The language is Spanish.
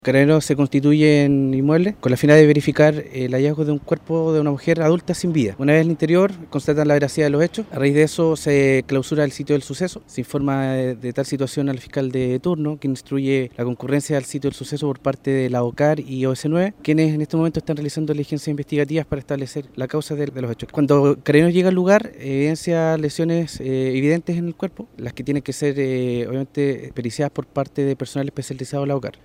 Carabineros se constituye en inmueble con la finalidad de verificar el hallazgo de un cuerpo de una mujer adulta sin vida. Una vez al interior, constatan la veracidad de los hechos. A raíz de eso se clausura el sitio del suceso. Se informa de tal situación al fiscal de turno, quien instruye la concurrencia al sitio del suceso por parte de la OCAR y OS9, quienes en este momento están realizando diligencias investigativas para establecer la causa de los hechos. Cuando Carabineros llega al lugar, evidencia lesiones evidentes en el cuerpo, las que tienen que ser obviamente periciadas por parte de personal especializado de la OCAR.